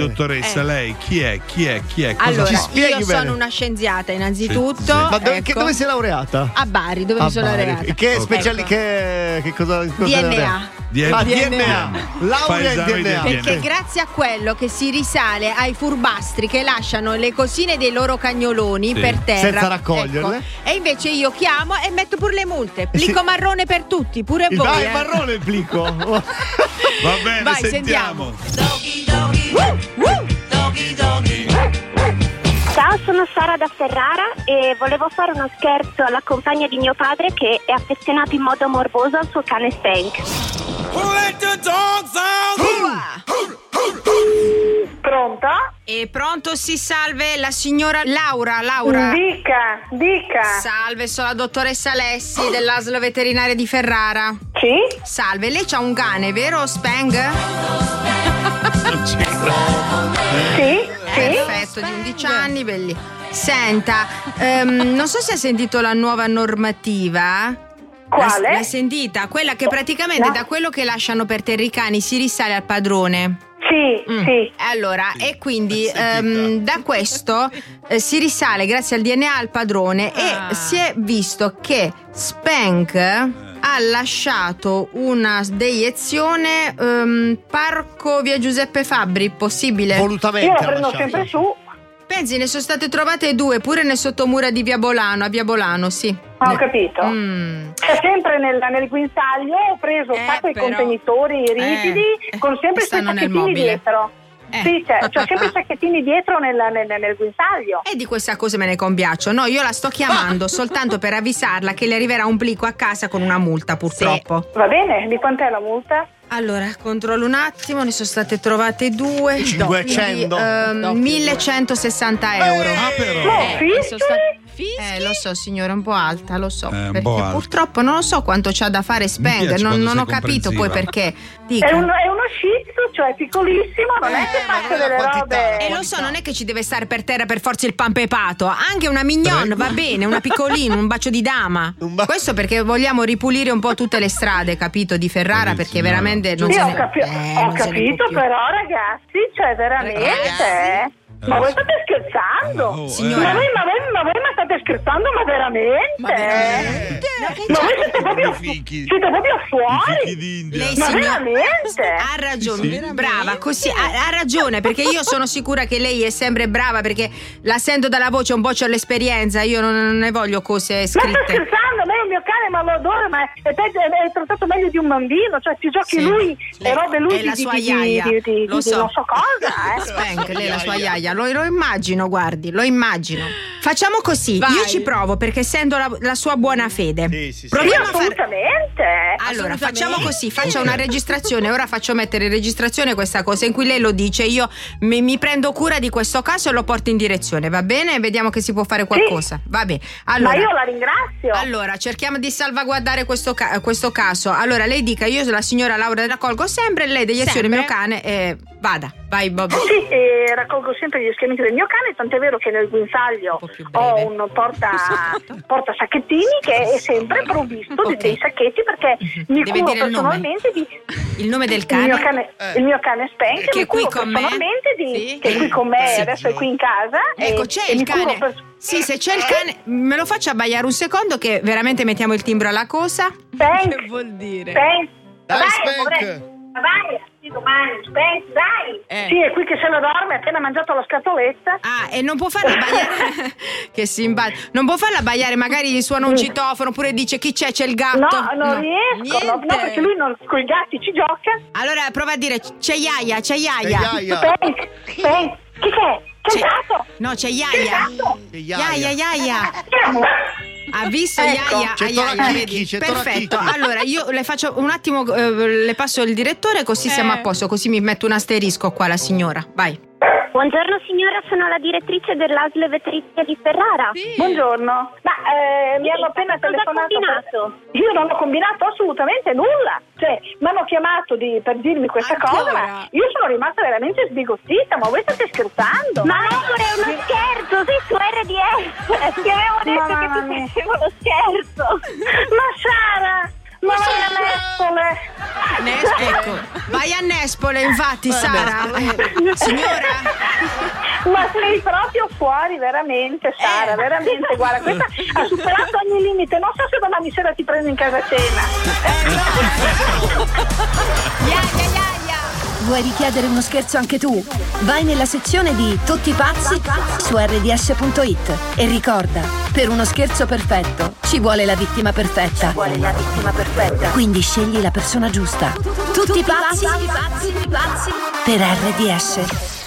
dottoressa, lei chi è? Cosa allora, fa? io sono una scienziata innanzitutto. Ma dove sei laureata? A Bari, dove mi sono laureata. Che speciali che cosa DNA. DNA. Laurea in DNA. Perché grazie a quello che si risale ai furbastri che lasciano le cosine dei loro cagnoloni per terra senza raccoglierle. Ecco. E invece io chiamo e metto pure le multe. Plico marrone per tutti, pure voi. Vai, marrone il plico. Va bene, vai, sentiamo. Ciao, sono Sara da Ferrara e volevo fare uno scherzo alla compagna di mio padre che è affezionato in modo morboso al suo cane Spank. Pronta? E pronto, si salve la signora Laura. Dica. Salve, sono la dottoressa Alessi dell'ASL veterinaria di Ferrara. Sì? Salve, lei c'ha un cane, vero Spang? Sì. Perfetto, di 11 anni, belli. Senta, non so se ha sentito la nuova normativa. Quale? L'hai sentita? Quella che praticamente da quello che lasciano per terra i cani si risale al padrone. Sì. Allora, e quindi da questo si risale grazie al DNA al padrone e si è visto che Spank ha lasciato una deiezione Parco via Giuseppe Fabbri, possibile? Volutamente. Io la prendo sempre su. Pensi, ne sono state trovate 2 pure nel sottomura di Via Bolano, a Via Bolano, sì. Ho capito. C'è sempre nel guinzaglio, ho preso un sacco di contenitori ripidi con sempre quei sacchettini dietro. Sì, c'ho sempre i sacchettini dietro nel guinzaglio. E di questa cosa me ne compiaccio. No, io la sto chiamando soltanto per avvisarla che le arriverà un plico a casa con una multa, purtroppo. Sì. Va bene, di quant'è la multa? Allora, controllo un attimo, ne sono state trovate 2. 500. 1160 euro. Lo so signore, un po' alta, lo so. Perché purtroppo non lo so quanto c'ha da fare Spang. Non ho capito poi perché. È uno shih tzu, cioè piccolissimo, non è che faccia delle robe. E lo so, non è che ci deve stare per terra per forza il pan pepato. Anche una mignon va bene, una piccolina, un bacio di dama. Questo perché vogliamo ripulire un po' tutte le strade, capito, di Ferrara, perché veramente non ho capito, però ragazzi, cioè veramente. Ma voi state scherzando? Signora. Ma voi state scherzando, ma veramente? Ma voi siete proprio fuori? Lei, ma signora, veramente? ha ragione, brava, così ha ragione, perché io sono sicura che lei è sempre brava, perché la sento dalla voce, un po' c'ho l'esperienza, io non ne voglio cose scritte. Ma sto scherzando, ma è un mio cane, ma lo adoro, ma è trattato meglio di un bambino, cioè ti giochi lui e robe lui è la sua iaia, lo so. Non so cosa, Spank, lei è la sua iaia. Lo immagino, guardi, lo immagino. Facciamo così, io ci provo perché essendo la sua buona fede. Proviamo a assolutamente. Allora, facciamo così, faccia una registrazione. Ora faccio mettere in registrazione questa cosa in cui lei lo dice. Io mi prendo cura di questo caso e lo porto in direzione, va bene? Vediamo che si può fare qualcosa. Va bene. Allora, ma io la ringrazio. Allora, cerchiamo di salvaguardare questo caso. Allora, lei dica, io la signora Laura raccolgo sempre, lei deiezione il mio cane e vada. Vai, Bob. Sì, raccolgo sempre gli escrementi del mio cane, tant'è vero che nel guinzaglio ho un porta sacchettini che è sempre provvisto dei sacchetti, perché mi curo personalmente il nome del cane. Il mio cane Spank, che mi curo qui con personalmente che è qui con me, adesso è qui in casa. Ecco, c'è il cane. Sì, se c'è il cane, me lo faccia abbaiare un secondo che veramente mettiamo il timbro alla cosa. Spank. Che vuol dire? Spank. Dai, Spank. Vai, domani, Spank, dai. Sì, è qui che se lo dorme, appena mangiato la scatoletta. E non può farla abbaiare. Che simpatico. Non può farla abbaiare, magari suona un citofono oppure dice chi c'è il gatto. No, non riesco, no, perché lui con i gatti ci gioca. Allora prova a dire c'è Iaia. Spank, chi c'è? C'è il gatto. No, c'è Iaia. Iaia. Ha visto Iaia? C'è perfetto. Allora io le faccio un attimo, le passo il direttore così siamo a posto, così mi metto un asterisco qua la signora. Vai. Buongiorno signora, sono la direttrice dell'ASL veterinaria di Ferrara. Sì. Buongiorno. Ma mi hanno appena telefonato. Io non ho combinato assolutamente nulla. Cioè, mi hanno chiamato per dirmi questa cosa, ma io sono rimasta veramente sbigottita. Ma voi state scherzando? Ma no, è uno scherzo, sei su RDS. Ti avevo detto che ti facevo lo scherzo. Ma Sara! Ma non è ecco. Vai a Nespole, infatti, Sara. Signora? Ma sei proprio fuori, veramente, Sara, veramente. Guarda, questa ha superato ogni limite. Non so se domani sera ti prendo in casa cena. Vuoi richiedere uno scherzo anche tu? Vai nella sezione di Tutti pazzi su rds.it e ricorda, per uno scherzo perfetto ci vuole la vittima perfetta. Quindi scegli la persona giusta. Tutti pazzi per RDS.